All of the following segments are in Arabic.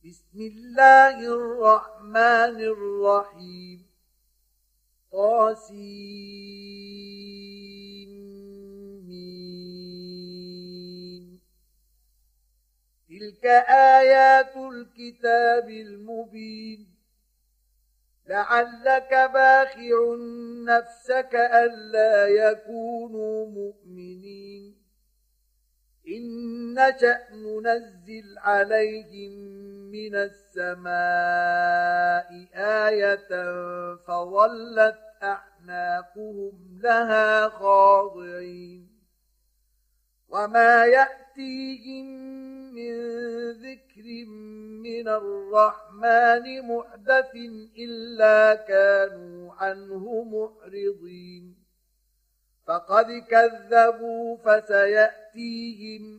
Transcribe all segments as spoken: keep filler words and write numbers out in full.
بسم الله الرحمن الرحيم. طاسين. تلك آيات الكتاب المبين. لعلك باخع نفسك ألا يكونوا مؤمنين. إن نشأ ننزل عليهم من السماء آية فظلت أعناقهم لها خاضعين. وما يأتيهم من ذكر من الرحمن محدث إلا كانوا عنه معرضين. فقد كذبوا فسيأتيهم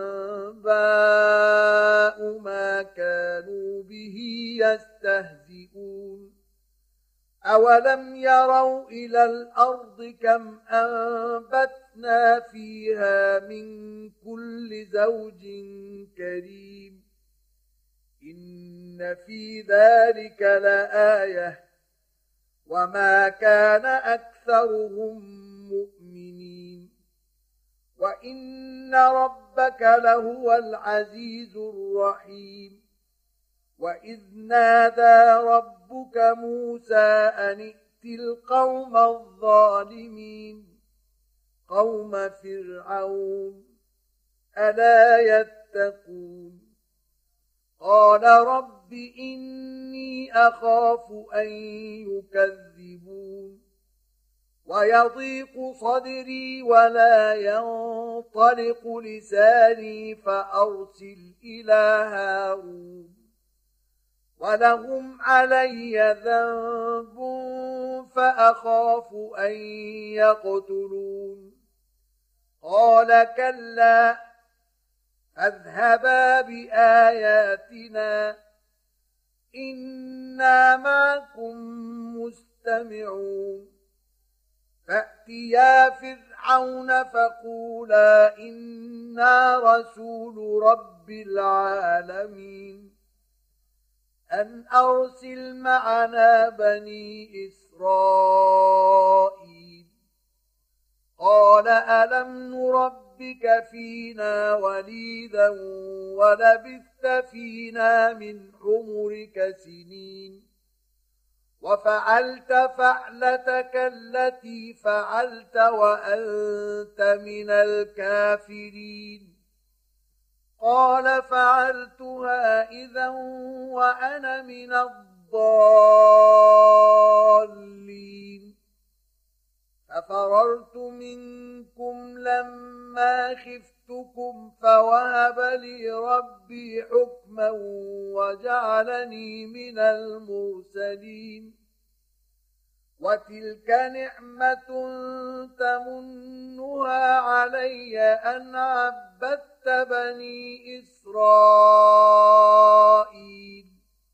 أنباء ما كانوا به يستهزئون. أولم يروا إلى الأرض كم أنبتنا فيها من كل زوج كريم. إن في ذلك لآية وما كان أكثرهم مؤمنين. وإن ربك لهو العزيز الرحيم. وإذ نادى ربك موسى أن ائت القوم الظالمين قوم فرعون ألا يتقون. قال رب إني أخاف أن يكذبون ويضيق صدري ولا ينطلق لساني فأرسل إلى هارون ولهم علي ذنب فأخاف أن يقتلون. قال كلا فاذهبا بآياتنا إنا معكم مستمعون. فأتيا فرعون فقولا إنا رسول رب العالمين أن أرسل معنا بني إسرائيل. قال ألم نربك فينا وليدا ولبثت فينا من عمرك سنين وفعلت فعلتك التي فعلت وأنت من الكافرين. قال فعلتها إذا وأنا من الضالين. ففررت منكم لما خفتكم فوهب لي ربي حكما وجعلني من المرسلين. وتلك نعمة تمنها علي أن عبدت بني إسرائيل.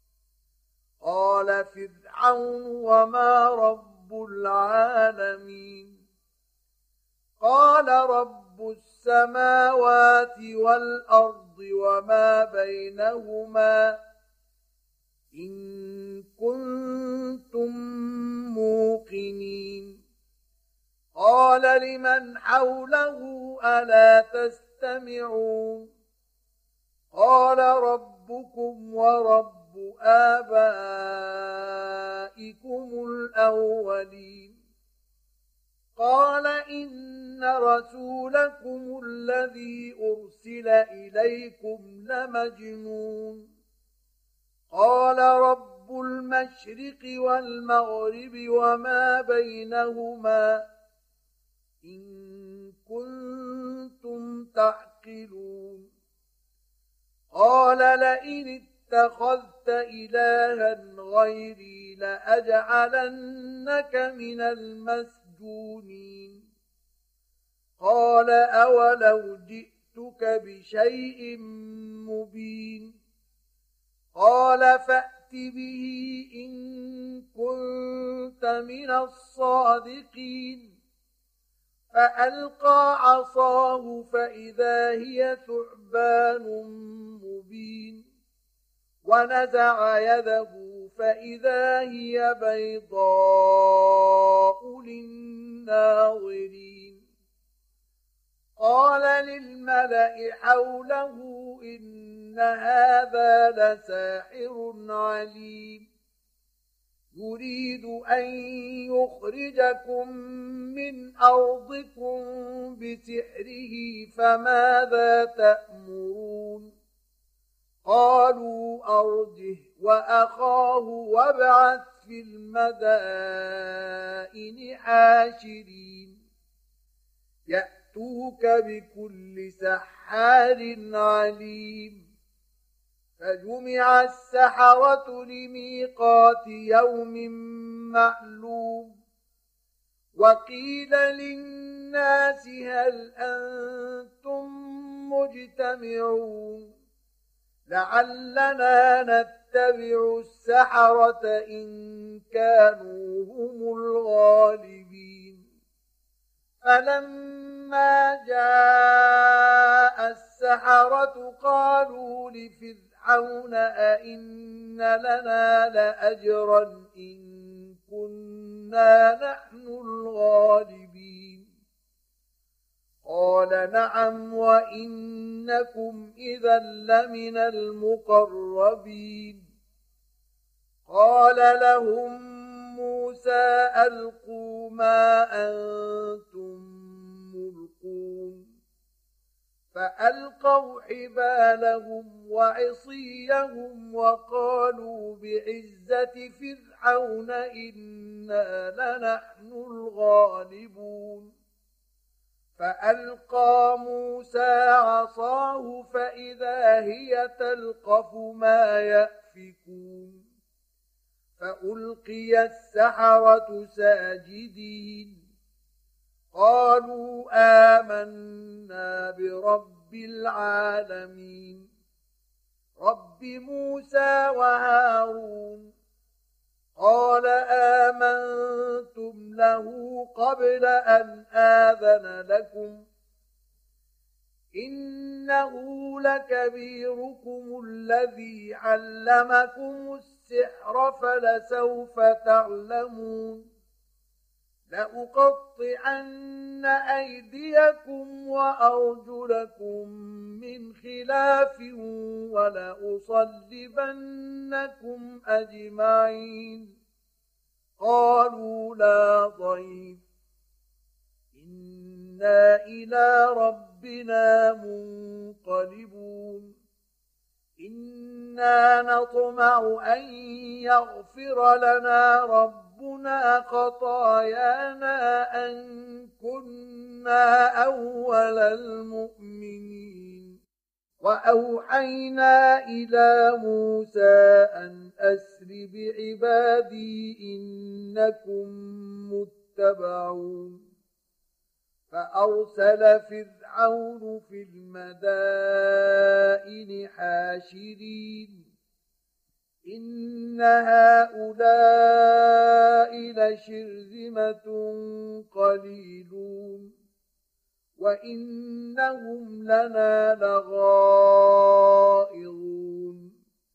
قال فرعون وما رب العالمين. قال رب السماوات والأرض وما بينهما إن كنتم موقنين. قال لمن حوله ألا تستمعون. قال ربكم ورب آبائكم الأولين. قال إن رسولكم الذي أرسل إليكم لمجنون. قال رب المشرق والمغرب وما بينهما إن كنتم تعقلون. قال لئن اتخذت إلها غيري لأجعلنك من المسجونين. قال أولو جئتك بشيء مبين. قال فأت به إن كنت من الصادقين. فألقى عصاه فإذا هي ثعبان مبين. ونزع يده فإذا هي بيضاء للناظرين قال للملأ حوله إن هذا لساحر عليم يريد أن يخرجكم من أرضكم بسحره فماذا تأمرون قالوا أرجه وأخاه وابعث في المدائن حاشرين يأتوك بكل سحار عليم فجمع السحرة لميقات يوم معلوم وقيل للناس هل أنتم مجتمعون لعلنا نتبع السحرة إن كانوا هم الغالبين فلما جاء السحرة قالوا لفرعون أئن لنا لأجرا إن كنا نحن الغالبين قال نعم وإنكم إذا لمن المقربين قال لهم موسى ألقوا ما أنتم ملقون فألقوا حبالهم وعصيهم وقالوا بعزة فرعون إنا لنحن الغالبون فألقى موسى عصاه فإذا هي تلقف ما يأفكون فألقي السحرة ساجدين قالوا آمنا برب العالمين رب موسى وهارون قال آمنتم له قبل أن آذن لكم إنه لكبيركم الذي علمكم السحر فلسوف تعلمون لأقطعن أيديكم وأرجلكم من خلاف ولأصلبنكم أجمعين قالوا لا ضير إنا إلى ربنا منقلبون إنا نطمع أن يغفر لنا ربنا خطايانا أن كنا أول المؤمنين وأوحينا إلى موسى أن أسر بعبادي إنكم متبعون فأرسل فرعون في المدائن حاشرين إن هؤلاء لشرذمة قليلون وإنهم لنا لغائظون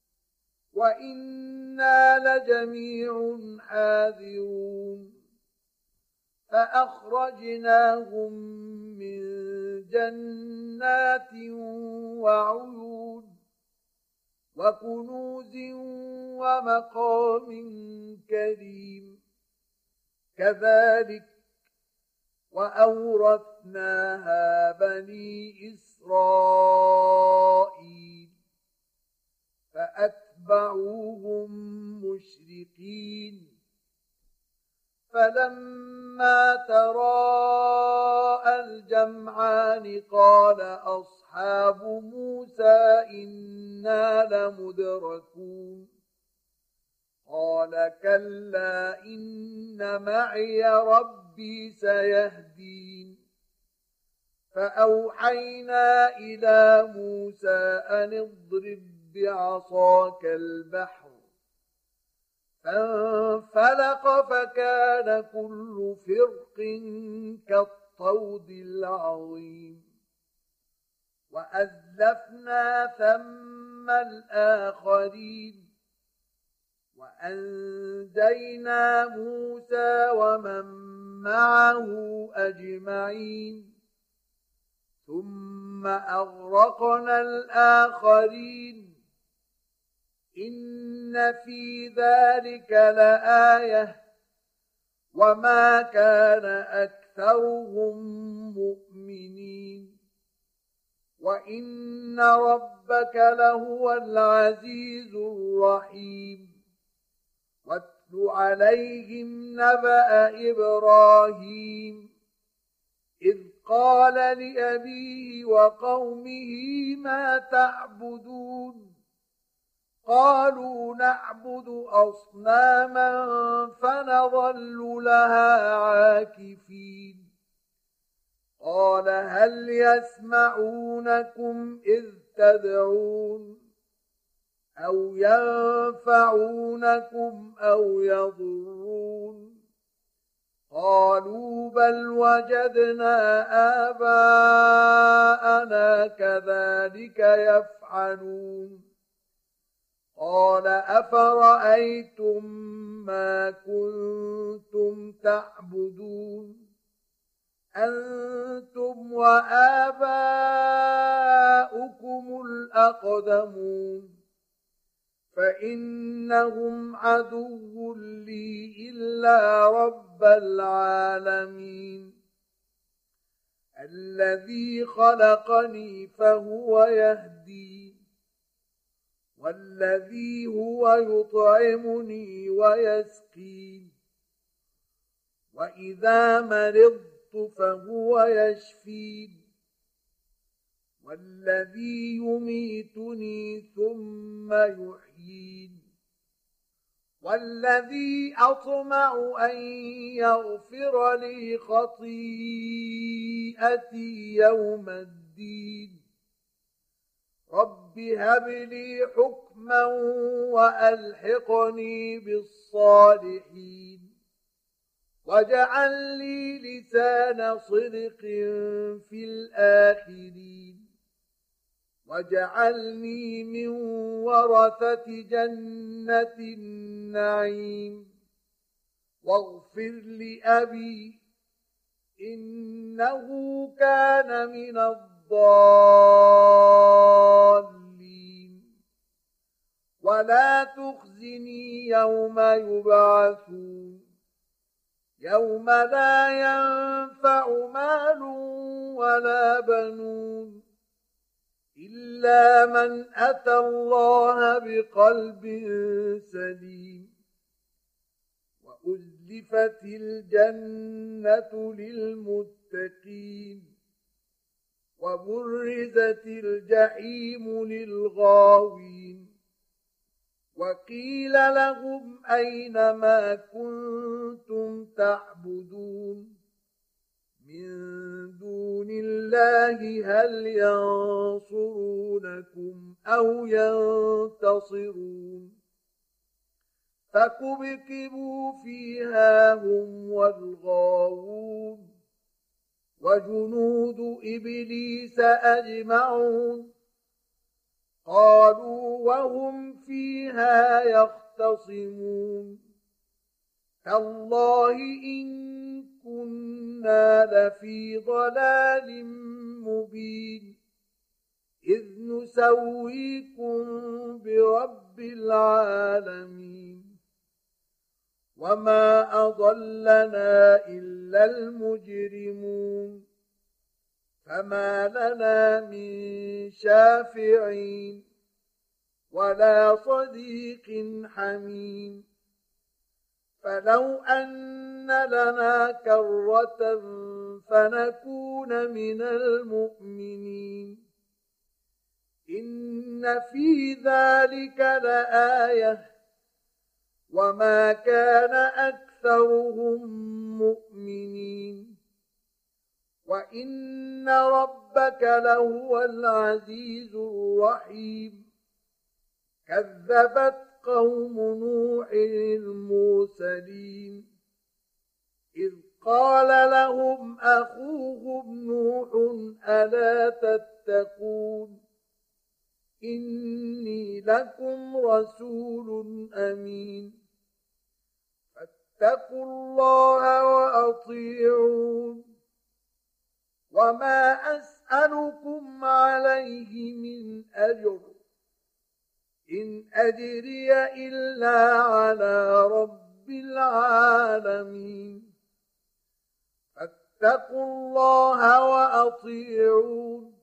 وإنا لجميع حاذرون فأخرجناهم من جنات وعيون وكنوز ومقام كريم كذلك وأورثناها بني إسرائيل فأتبعوهم مشرقين فلما تراءى الجمعان قال أصحاب موسى إنا لمدركون قال كلا إن معي ربي سيهدين فأوحينا إلى موسى أن اضرب بعصاك البحر فانفلق فكان كل فرق كالطود العظيم وأزلفنا ثم ثم الآخرين وأنجينا موسى ومن معه أجمعين ثم أغرقنا الآخرين إن في ذلك لآية وما كان أكثرهم مؤمنين وإن ربك لهو العزيز الرحيم واتل عليهم نبأ إبراهيم إذ قال لأبيه وقومه ما تعبدون قالوا نعبد أصناما فنظل لها عاكفين قال هل يسمعونكم إذ تدعون أو ينفعونكم أو يضرون قالوا بل وجدنا آباءنا كذلك يفعلون قال أفرأيتم ما كنتم تعبدون أنتم وآباؤكم الأقدمون فإنهم عدو لي إلا رب العالمين الذي خلقني فهو يهدين والذي هو يطعمني ويسقين وإذا مرضت فهو يشفين والذي يميتني ثم يحيين والذي أطمع أن يغفر لي خطيئتي يوم الدين رب هب لي حكما وألحقني بالصالحين واجعل لي لسان صدق في الآخرين واجعلني من ورثة جنة النعيم واغفر لأبي إنه كان من الضالين ولا تخزني يوم يبعثون يوم لا ينفع مال ولا بنون إلا من أتى الله بقلب سليم وأزلفت الجنة للمتقين وبرزت الجحيم للغاوين وقيل لهم أين ما كنتم تعبدون من دون الله هل ينصرونكم أو ينتصرون فكبكبوا فيها هم والغاوون وجنود إبليس أجمعون قالوا وهم فيها يختصمون تالله إن كنا لفي ضلال مبين إذ نسويكم برب العالمين وما أضلنا إلا المجرمون فما لنا من شافعين ولا صديق حميم فلو أن لنا كرة فنكون من المؤمنين إن في ذلك لآية وما كان أكثرهم مؤمنين وإن ربك لهو العزيز الرحيم كذبت قوم نوح المرسلين إذ قال لهم أخوهم نوح ألا تتقون إني لكم رسول أمين فاتقوا الله وأطيعون وما أسألكم عليه من أجر إن أجري إلا على رب العالمين فاتقوا الله وأطيعون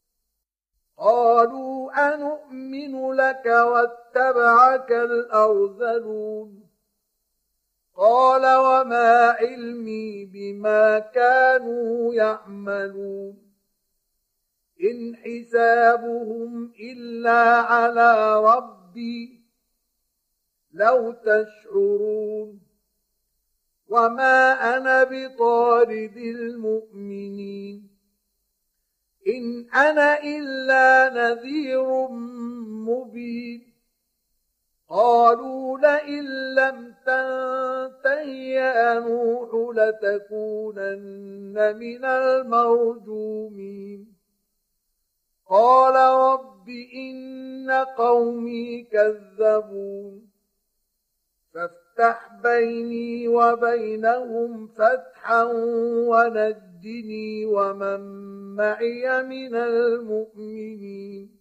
قالوا أنؤمن لك واتبعك الأرذلون قال وما علمي بما كانوا يعملون إن حسابهم إلا على ربي لو تشعرون وما أنا بطارد المؤمنين إن أنا إلا نذير مبين قالوا لئن لم تنته يا نوح لتكونن من المرجومين قال رب إن قومي كذبون فافتح بيني وبينهم فتحا ونجني ومن معي من المؤمنين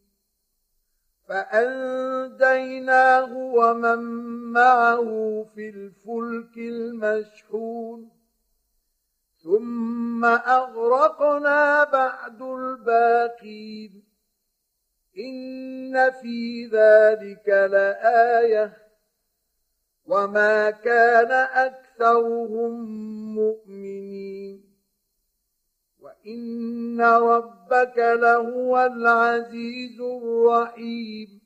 فأنجيناه ومن معه في الفلك المشحون ثم أغرقنا بعد الباقين إن في ذلك لآية وما كان أكثرهم مؤمنين وإن ربك لهو العزيز الرحيم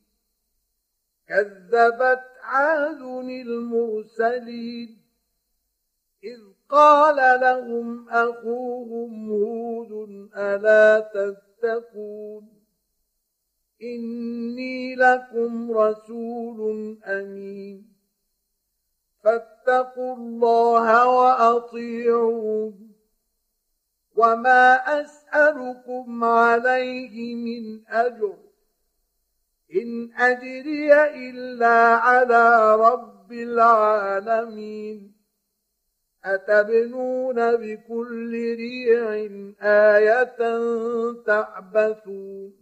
كذبت عاد المرسلين إذ قال لهم أخوهم هود ألا تتقون إني لكم رسول أمين فاتقوا الله وأطيعون وما أسألكم عليه من أجر إن أجري إلا على رب العالمين أتبنون بكل ريع آية تعبثون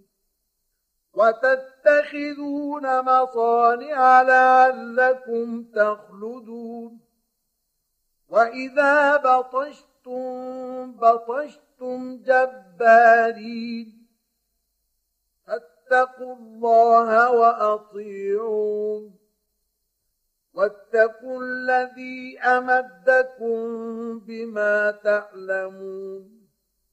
وتتخذون مصانع لعلكم تخلدون وإذا بطشتم بطشتم جبارين فاتقوا الله وأطيعون واتقوا الذي أمدكم بما تعلمون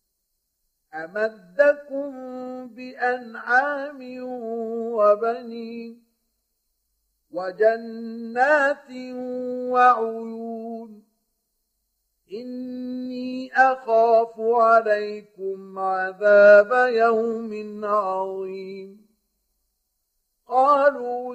أمدكم بأنعام وبنين وجنات وعيون إني أخاف عليكم عذاب يوم عظيم قالوا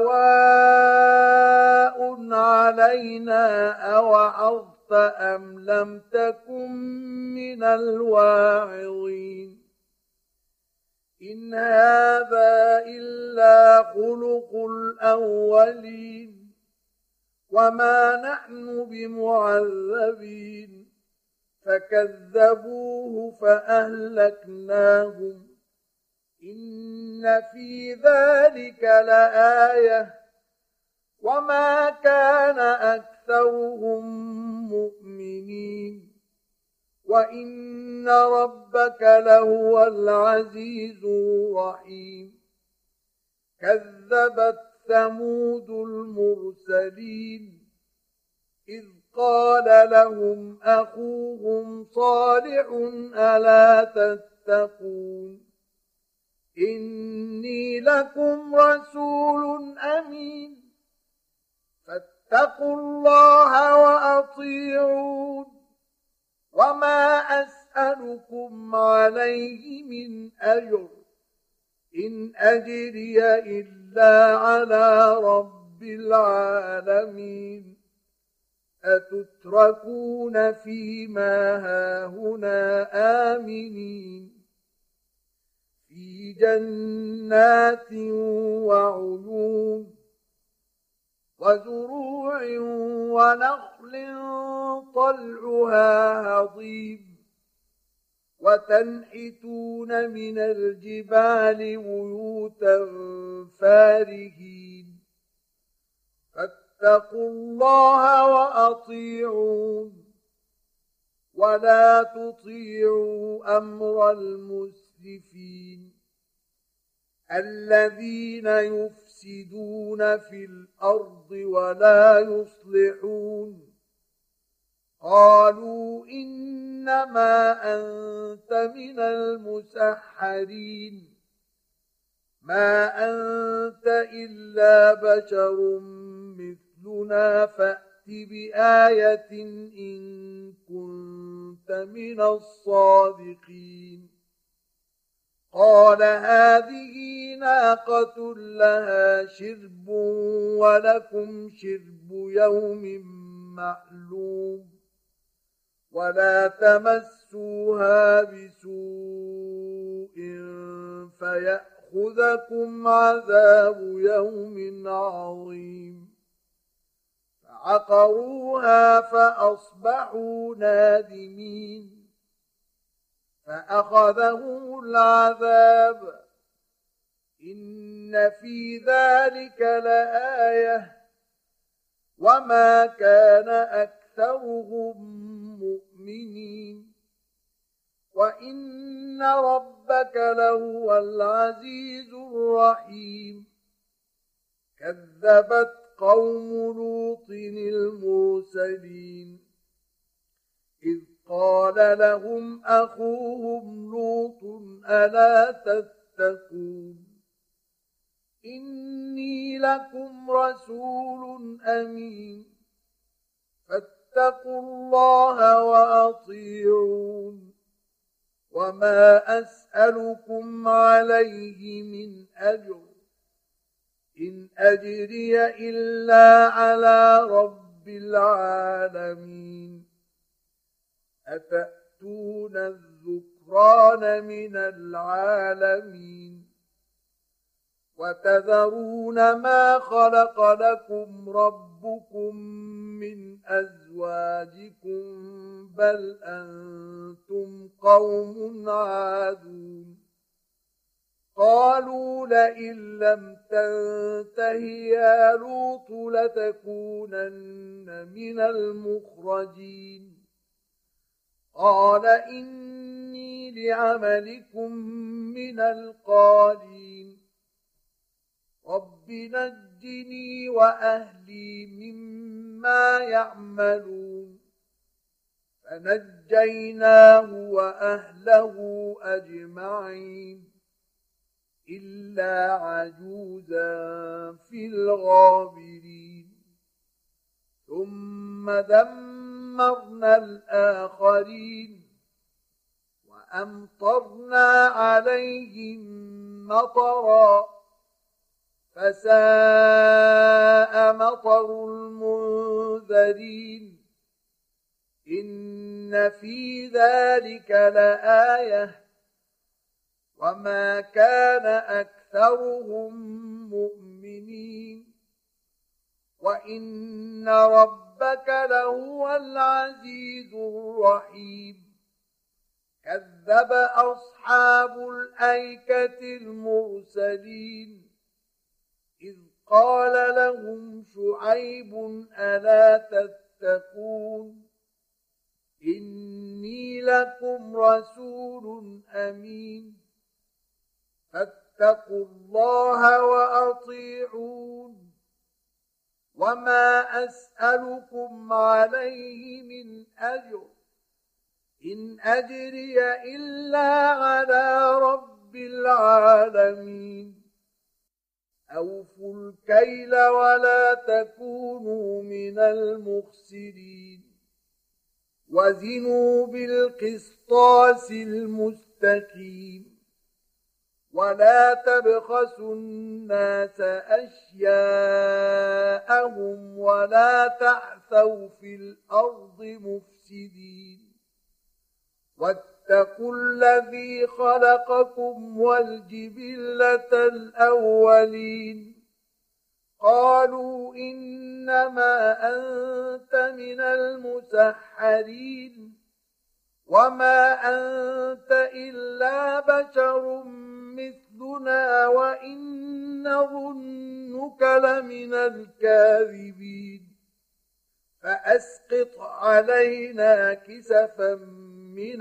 سواء علينا أوعظت أم لم تكن من الواعظين إن هذا إلا خلق الأولين وما نحن بمعذبين فكذبوه فأهلكناهم إن في ذلك لآية وما كان أكثرهم مؤمنين وإن ربك لهو العزيز الرحيم كذبت ثمود المرسلين إذ قال لهم أخوهم صالح ألا تتقون إني لكم رسول أمين فاتقوا الله وأطيعون وما أسألكم عليه من أجر إن أجري إلا على رب العالمين أتتركون فيما هاهنا آمنين في جنات وعيون وزروع ونخل طلعها هضيم وتنحتون من الجبال بيوتا فارهين فاتقوا الله وأطيعون ولا تطيعوا أمر المسرفين الذين يفسدون في الأرض ولا يصلحون قالوا إنما أنت من المسحرين ما أنت إلا بشر مثلنا فأت بآية إن كنت من الصادقين قال هذه ناقة لها شرب ولكم شرب يوم معلوم ولا تمسوها بسوء فيأخذكم عذاب يوم عظيم فعقروها فأصبحوا نادمين فأخذهم العذاب إن في ذلك لآية وما كان أكثرهم مؤمنين وإن ربك لهو العزيز الرحيم كذبت قوم لوط المرسلين إذ قال لهم أخوهم لوط ألا تتقون إني لكم رسول أمين فاتقوا الله وأطيعون وما أسألكم عليه من أجر إن أجري إلا على رب العالمين أتأتون الذكران من العالمين وتذرون ما خلق لكم ربكم من أزواجكم بل أنتم قوم عادون قالوا لئن لم تنته يا لوط لتكونن من المخرجين قال إني لعملكم من القالين رب نجني وأهلي مما يعملون فنجيناه وأهله أجمعين إلا عجوزا في الغابرين ثم دمرنا الآخرين وأمطرنا عليهم مطرا فساء مطر المنذرين إن في ذلك لآية وما كان أكثرهم مؤمنين وإن ربك لهو العزيز الرحيم كذب أصحاب الأيكة المرسلين إذ قال لهم شعيب ألا تتقون إني لكم رسول أمين فاتقوا الله وأطيعون وما أسألكم عليه من أجر إن أجري إلا على رب العالمين أوفوا الكيل ولا تكونوا من المخسرين وزنوا بالقسطاس المستقيم ولا تبخسوا الناس أشياءهم ولا تعثوا في الأرض مفسدين واتقوا الذي خلقكم والجبلة الأولين قالوا إنما أنت من المسحرين وما أنت إلا بشر مثلنا وإن نظنك لمن الكاذبين فأسقط علينا كسفا من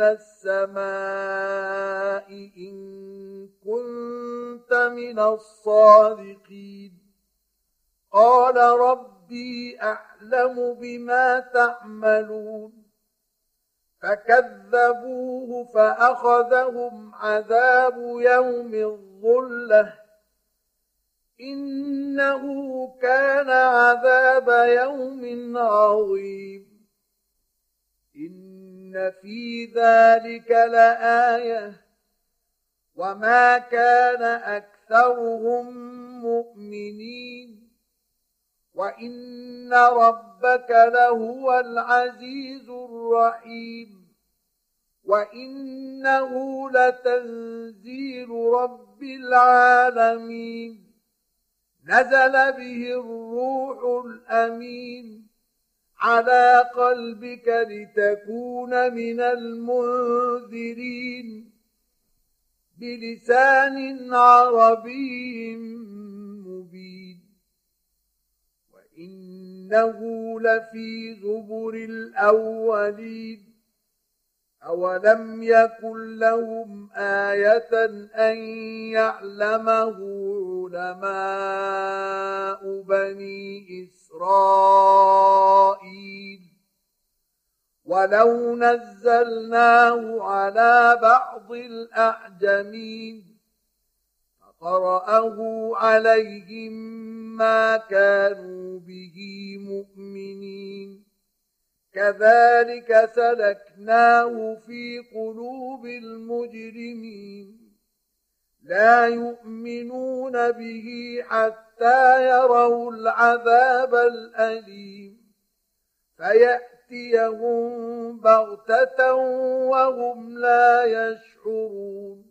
السماء إن كنت من الصادقين قال ربي أعلم بما تعملون فكذبوه فأخذهم عذاب يوم الظلة إنه كان عذاب يوم عظيم إن في ذلك لآية وما كان أكثرهم مؤمنين وإن ربك لهو العزيز الرحيم وإنه لتنزيل رب العالمين نزل به الروح الأمين على قلبك لتكون من المنذرين بلسان عربي مبين وإنه لفي زبر الأولين أولم يكن لهم آية أن يعلمه علماء بني إسرائيل ولو نزلناه على بعض الأعجمين فقرأه عليهم ما كانوا به مؤمنين كذلك سلكناه في قلوب المجرمين لا يؤمنون به حتى يروا العذاب الأليم فيأتيهم بغتة وهم لا يشعرون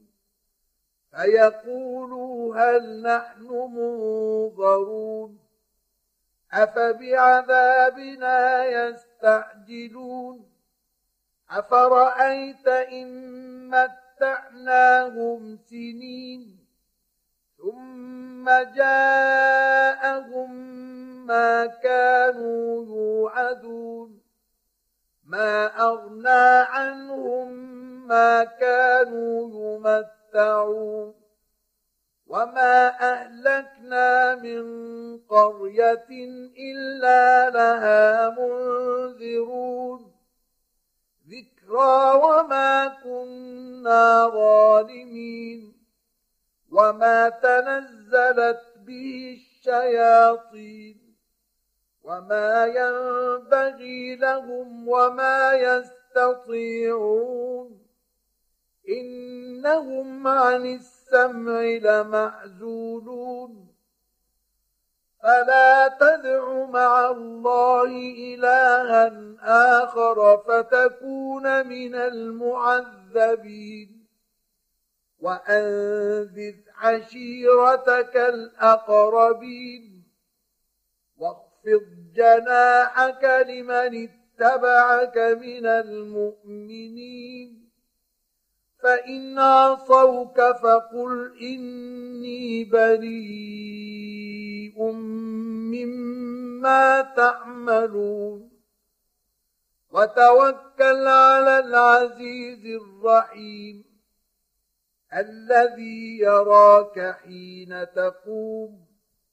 فيقولوا هل نحن منظرون أفبعذابنا يستعجلون أفرأيت إن متعناهم سنين ثم جاءهم ما كانوا يوعدون ما أغنى عنهم ما كانوا يمتعون وما أهلكنا من قرية إلا لها منذرون ذكرى وما كنا ظالمين وما تنزلت به الشياطين وما ينبغي لهم وما يستطيعون إنهم عن السمع لمعزولون فلا تدع مع الله إلها آخر فتكون من المعذبين وأنذر عشيرتك الأقربين واخفض جناحك لمن اتبعك من المؤمنين فإن عصوك فقل إني بريء مما تعملون وتوكل على العزيز الرحيم الذي يراك حين تقوم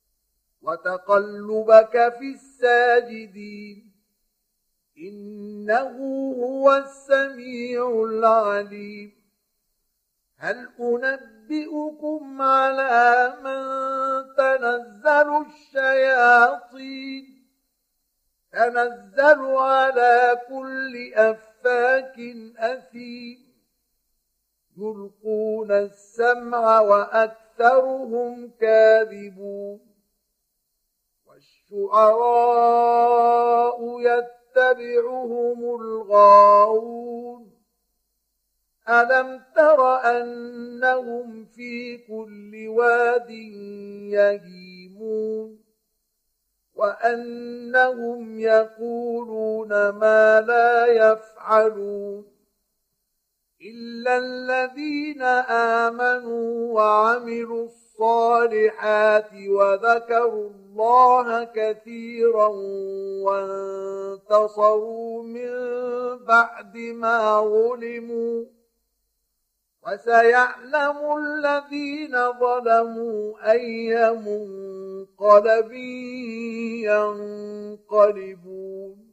وتقلبك في الساجدين إنه هو السميع العليم هل أنبئكم على من تنزل الشياطين تنزل على كل أفاك أثيم يلقون السمع وأكثرهم كاذبون والشعراء يتبعهم الغاوون ألم تر أنهم في كل واد يهيمون وأنهم يقولون ما لا يفعلون إلا الذين آمنوا وعملوا الصالحات وذكروا الله كثيرا وانتصروا من بعد ما ظلموا وسيعلم الذين ظلموا أي منقلب ينقلبون